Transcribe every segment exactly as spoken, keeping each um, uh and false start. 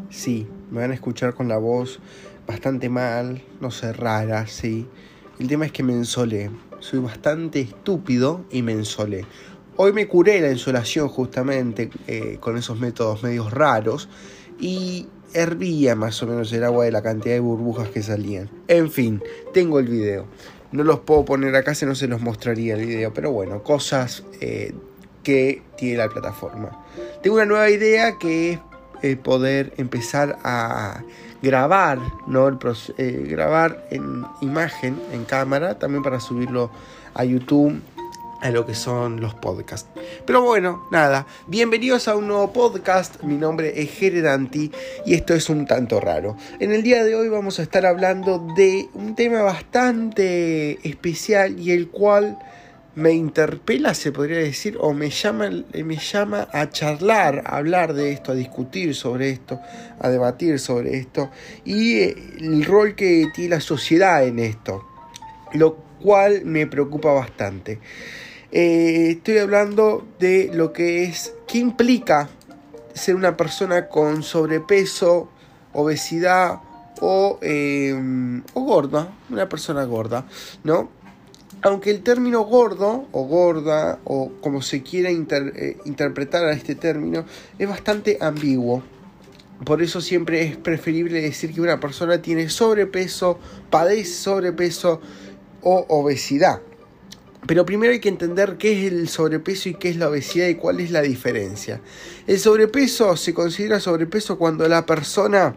sí, me van a escuchar con la voz bastante mal, no sé, rara, sí. El tema es que me ensolé, soy bastante estúpido y me ensolé. Hoy me curé la insolación justamente eh, con esos métodos medios raros y hervía más o menos el agua de la cantidad de burbujas que salían. En fin, tengo el video. No los puedo poner acá, si no se los mostraría el video, pero bueno, cosas eh, que tiene la plataforma. Tengo una nueva idea que es eh, poder empezar a grabar, ¿no? El proce- eh, grabar en imagen, en cámara, también para subirlo a YouTube, a lo que son los podcasts. Pero bueno, nada, bienvenidos a un nuevo podcast. Mi nombre es Geredanti y esto es un tanto raro. En el día de hoy vamos a estar hablando de un tema bastante especial y el cual me interpela, se podría decir, o me llama, me llama a charlar, a hablar de esto, a discutir sobre esto, a debatir sobre esto y el rol que tiene la sociedad en esto, lo cual me preocupa bastante. Eh, estoy hablando de lo que es, qué implica ser una persona con sobrepeso, obesidad o, eh, o gorda, una persona gorda, ¿no? Aunque el término gordo o gorda o como se quiera inter, eh, interpretar a este término es bastante ambiguo. Por eso siempre es preferible decir que una persona tiene sobrepeso, padece sobrepeso o obesidad. Pero primero hay que entender qué es el sobrepeso y qué es la obesidad y cuál es la diferencia. El sobrepeso se considera sobrepeso cuando la persona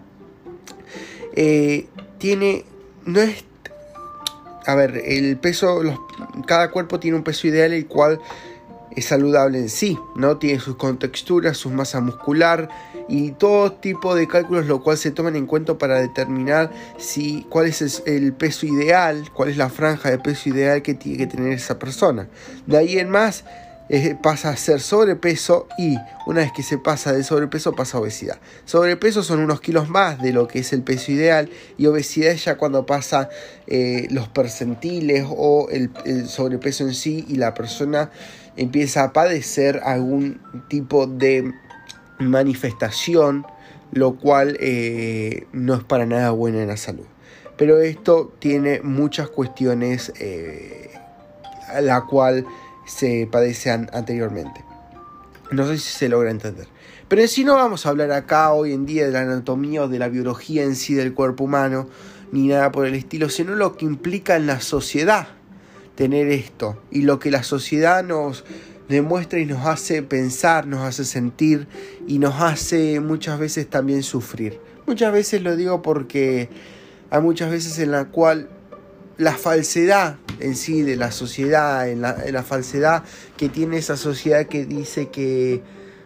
eh, tiene, no es, a ver, el peso, los, cada cuerpo tiene un peso ideal el cual es saludable en sí, ¿no? Tiene sus contexturas, su masa muscular y todo tipo de cálculos, lo cual se toman en cuenta para determinar si, cuál es el peso ideal, cuál es la franja de peso ideal que tiene que tener esa persona. De ahí en más eh, pasa a ser sobrepeso y una vez que se pasa de sobrepeso pasa a obesidad. Sobrepeso son unos kilos más de lo que es el peso ideal y obesidad es ya cuando pasa eh, los percentiles o el, el sobrepeso en sí y la persona empieza a padecer algún tipo de manifestación, lo cual eh, no es para nada bueno en la salud. Pero esto tiene muchas cuestiones eh, a la cual se padece an- anteriormente. No sé si se logra entender. Pero en sí no vamos a hablar acá hoy en día de la anatomía o de la biología en sí del cuerpo humano, ni nada por el estilo, sino lo que implica en la sociedad tener esto y lo que la sociedad nos demuestra y nos hace pensar, nos hace sentir y nos hace muchas veces también sufrir. Muchas veces lo digo porque hay muchas veces en la cual la falsedad en sí de la sociedad, en la, en la falsedad que tiene esa sociedad que dice que,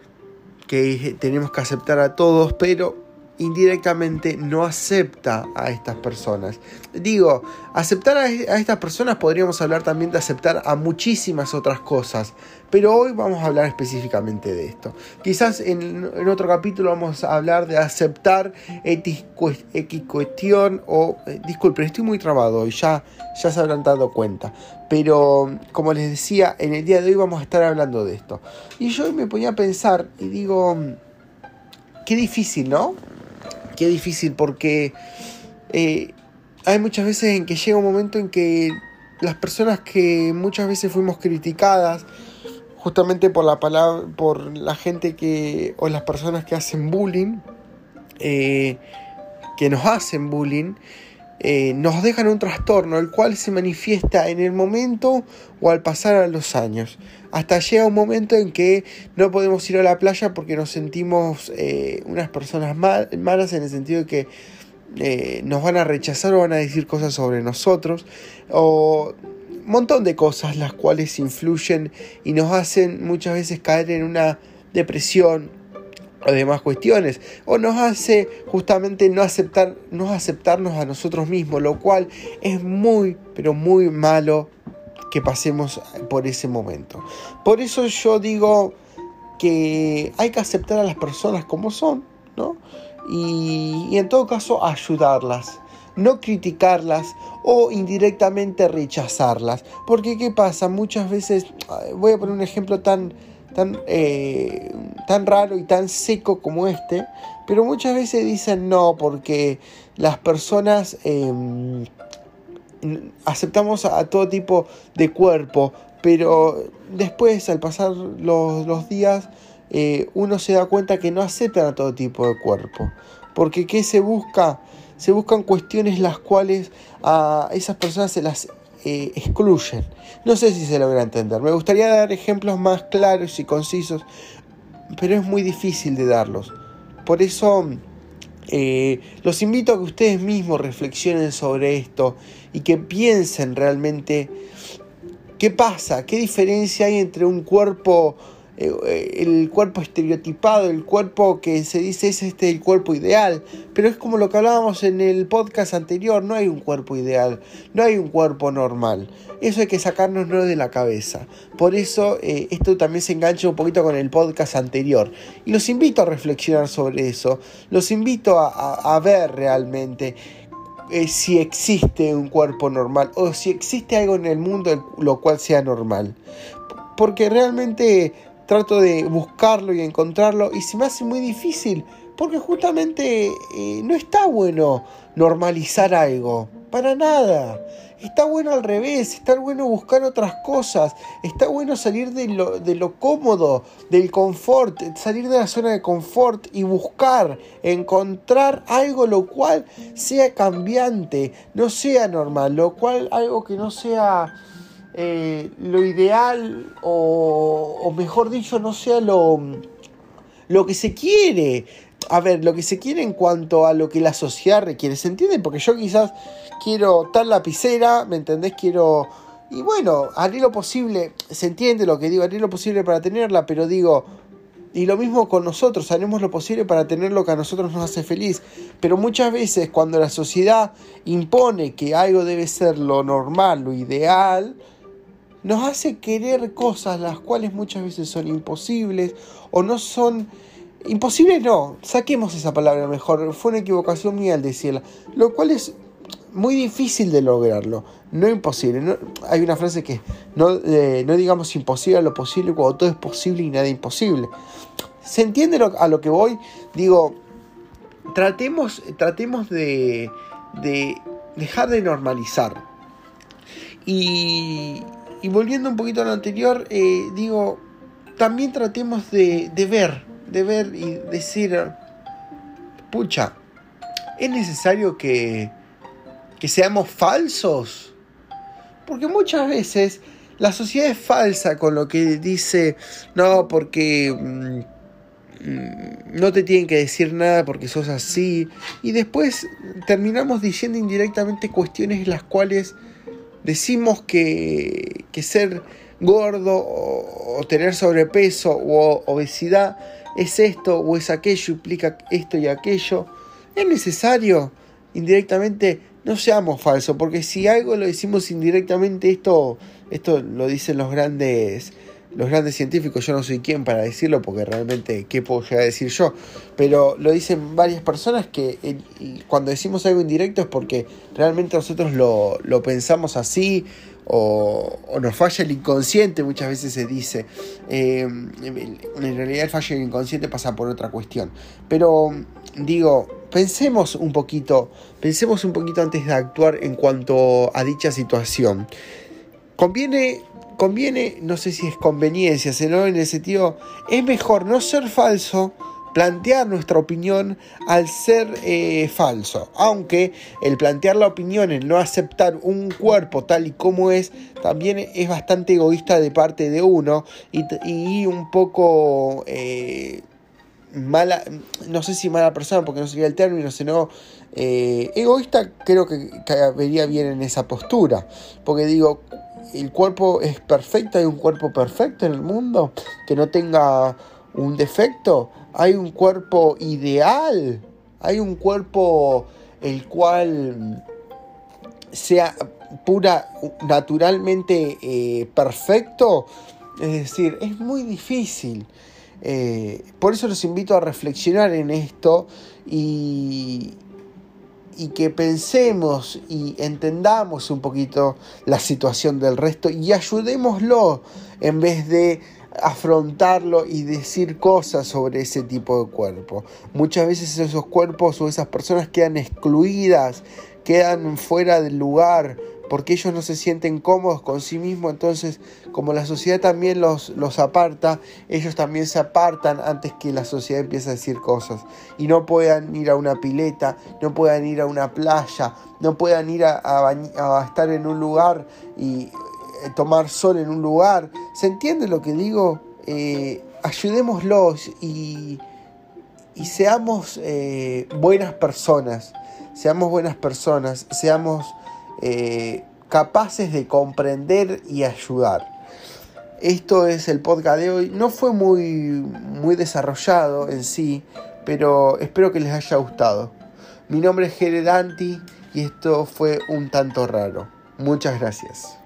que tenemos que aceptar a todos, pero indirectamente no acepta a estas personas. Digo, aceptar a, a estas personas podríamos hablar también de aceptar a muchísimas otras cosas, pero hoy vamos a hablar específicamente de esto. Quizás en, en otro capítulo vamos a hablar de aceptar X cuestión o... Eh, disculpen, estoy muy trabado hoy, ya, ya se habrán dado cuenta. Pero como les decía, en el día de hoy vamos a estar hablando de esto. Y yo me ponía a pensar y digo, qué difícil, ¿no? Qué difícil porque eh, hay muchas veces en que llega un momento en que las personas que muchas veces fuimos criticadas justamente por la palabra, por la gente que o las personas que hacen bullying, eh, que nos hacen bullying, eh, nos dejan un trastorno, el cual se manifiesta en el momento o al pasar a los años. Hasta llega un momento en que no podemos ir a la playa porque nos sentimos eh, unas personas mal, malas en el sentido de que eh, nos van a rechazar o van a decir cosas sobre nosotros o un montón de cosas las cuales influyen y nos hacen muchas veces caer en una depresión o demás cuestiones, o nos hace justamente no aceptar, no aceptarnos a nosotros mismos, lo cual es muy, pero muy malo que pasemos por ese momento. Por eso yo digo que hay que aceptar a las personas como son, ¿no? Y, y en todo caso ayudarlas, no criticarlas o indirectamente rechazarlas. Porque ¿qué pasa? Muchas veces, voy a poner un ejemplo tan, tan, eh, tan raro y tan seco como este, pero muchas veces dicen no, porque las personas eh, aceptamos a, a todo tipo de cuerpo, pero después al pasar los, los días eh, uno se da cuenta que no aceptan a todo tipo de cuerpo, porque ¿qué se busca? Se buscan cuestiones las cuales a esas personas se las eh, excluyen. No sé si se logra entender. Me gustaría dar ejemplos más claros y concisos, pero es muy difícil de darlos. Por eso eh, los invito a que ustedes mismos reflexionen sobre esto y que piensen realmente qué pasa, qué diferencia hay entre un cuerpo, eh, el cuerpo estereotipado, el cuerpo que se dice es este el cuerpo ideal, pero es como lo que hablábamos en el podcast anterior, no hay un cuerpo ideal, no hay un cuerpo normal, eso hay que sacárnoslo de la cabeza. Por eso eh, esto también se engancha un poquito con el podcast anterior y los invito a reflexionar sobre eso, los invito a, a, a ver realmente Eh, si existe un cuerpo normal o si existe algo en el mundo lo cual sea normal, porque realmente trato de buscarlo y encontrarlo y se me hace muy difícil porque justamente eh, no está bueno normalizar algo, para nada. Está bueno al revés, está bueno buscar otras cosas, está bueno salir de lo, de lo cómodo, del confort, salir de la zona de confort y buscar, encontrar algo lo cual sea cambiante, no sea normal, lo cual algo que no sea eh, lo ideal o, o mejor dicho, no sea lo, lo que se quiere. A ver, lo que se quiere en cuanto a lo que la sociedad requiere, ¿se entiende? Porque yo quizás quiero tal lapicera, ¿me entendés? Quiero... Y bueno, haré lo posible, se entiende lo que digo, haré lo posible para tenerla, pero digo... Y lo mismo con nosotros, haremos lo posible para tener lo que a nosotros nos hace feliz. Pero muchas veces cuando la sociedad impone que algo debe ser lo normal, lo ideal, nos hace querer cosas las cuales muchas veces son imposibles o no son... Imposible no, saquemos esa palabra mejor, fue una equivocación mía al decirla, lo cual es muy difícil de lograrlo, no imposible. No, hay una frase que no, eh, no digamos imposible a lo posible cuando todo es posible y nada imposible. ¿Se entiende lo, a lo que voy? Digo, tratemos, tratemos de, de dejar de normalizar. Y, y volviendo un poquito a lo anterior, eh, digo, también tratemos de, de ver. de ver y decir, pucha, ¿es necesario que, que seamos falsos? Porque muchas veces la sociedad es falsa con lo que dice, no, porque mmm, no te tienen que decir nada porque sos así, y después terminamos diciendo indirectamente cuestiones las cuales decimos que, que ser gordo o, o tener sobrepeso o obesidad es esto o es aquello, implica esto y aquello. ¿Es necesario? Indirectamente, no seamos falsos, porque si algo lo decimos indirectamente, esto, esto lo dicen los grandes, los grandes científicos, yo no soy quien para decirlo, porque realmente, ¿qué puedo llegar a decir yo? Pero lo dicen varias personas que el, cuando decimos algo indirecto es porque realmente nosotros lo, lo pensamos así, O, o nos falla el inconsciente, muchas veces se dice. Eh, en realidad el fallo del inconsciente pasa por otra cuestión. Pero digo, pensemos un poquito, pensemos un poquito antes de actuar en cuanto a dicha situación. Conviene, conviene, no sé si es conveniencia, sino en el sentido, es mejor no ser falso, plantear nuestra opinión al ser eh, falso, aunque el plantear la opinión, el no aceptar un cuerpo tal y como es, también es bastante egoísta de parte de uno y, y un poco eh, mala, no sé si mala persona porque no sería el término, sino eh, egoísta. Creo que cabería bien en esa postura, porque digo, el cuerpo es perfecto, hay un cuerpo perfecto en el mundo que no tenga un defecto. Hay un cuerpo ideal, hay un cuerpo el cual sea pura, naturalmente eh, perfecto. Es decir, es muy difícil. Eh, por eso los invito a reflexionar en esto y, y que pensemos y entendamos un poquito la situación del resto y ayudémoslo en vez de afrontarlo y decir cosas sobre ese tipo de cuerpo. Muchas veces esos cuerpos o esas personas quedan excluidas, quedan fuera del lugar, porque ellos no se sienten cómodos con sí mismos. Entonces, como la sociedad también los, los aparta, ellos también se apartan antes que la sociedad empiece a decir cosas. Y no puedan ir a una pileta, no puedan ir a una playa, no puedan ir a, a, bañ- a estar en un lugar y tomar sol en un lugar. ¿Se entiende lo que digo? Eh, ayudémoslos y, y seamos eh, buenas personas. Seamos buenas personas, seamos eh, capaces de comprender y ayudar. Esto es el podcast de hoy. No fue muy, muy desarrollado en sí, pero espero que les haya gustado. Mi nombre es Jere Danti y esto fue Un Tanto Raro. Muchas gracias.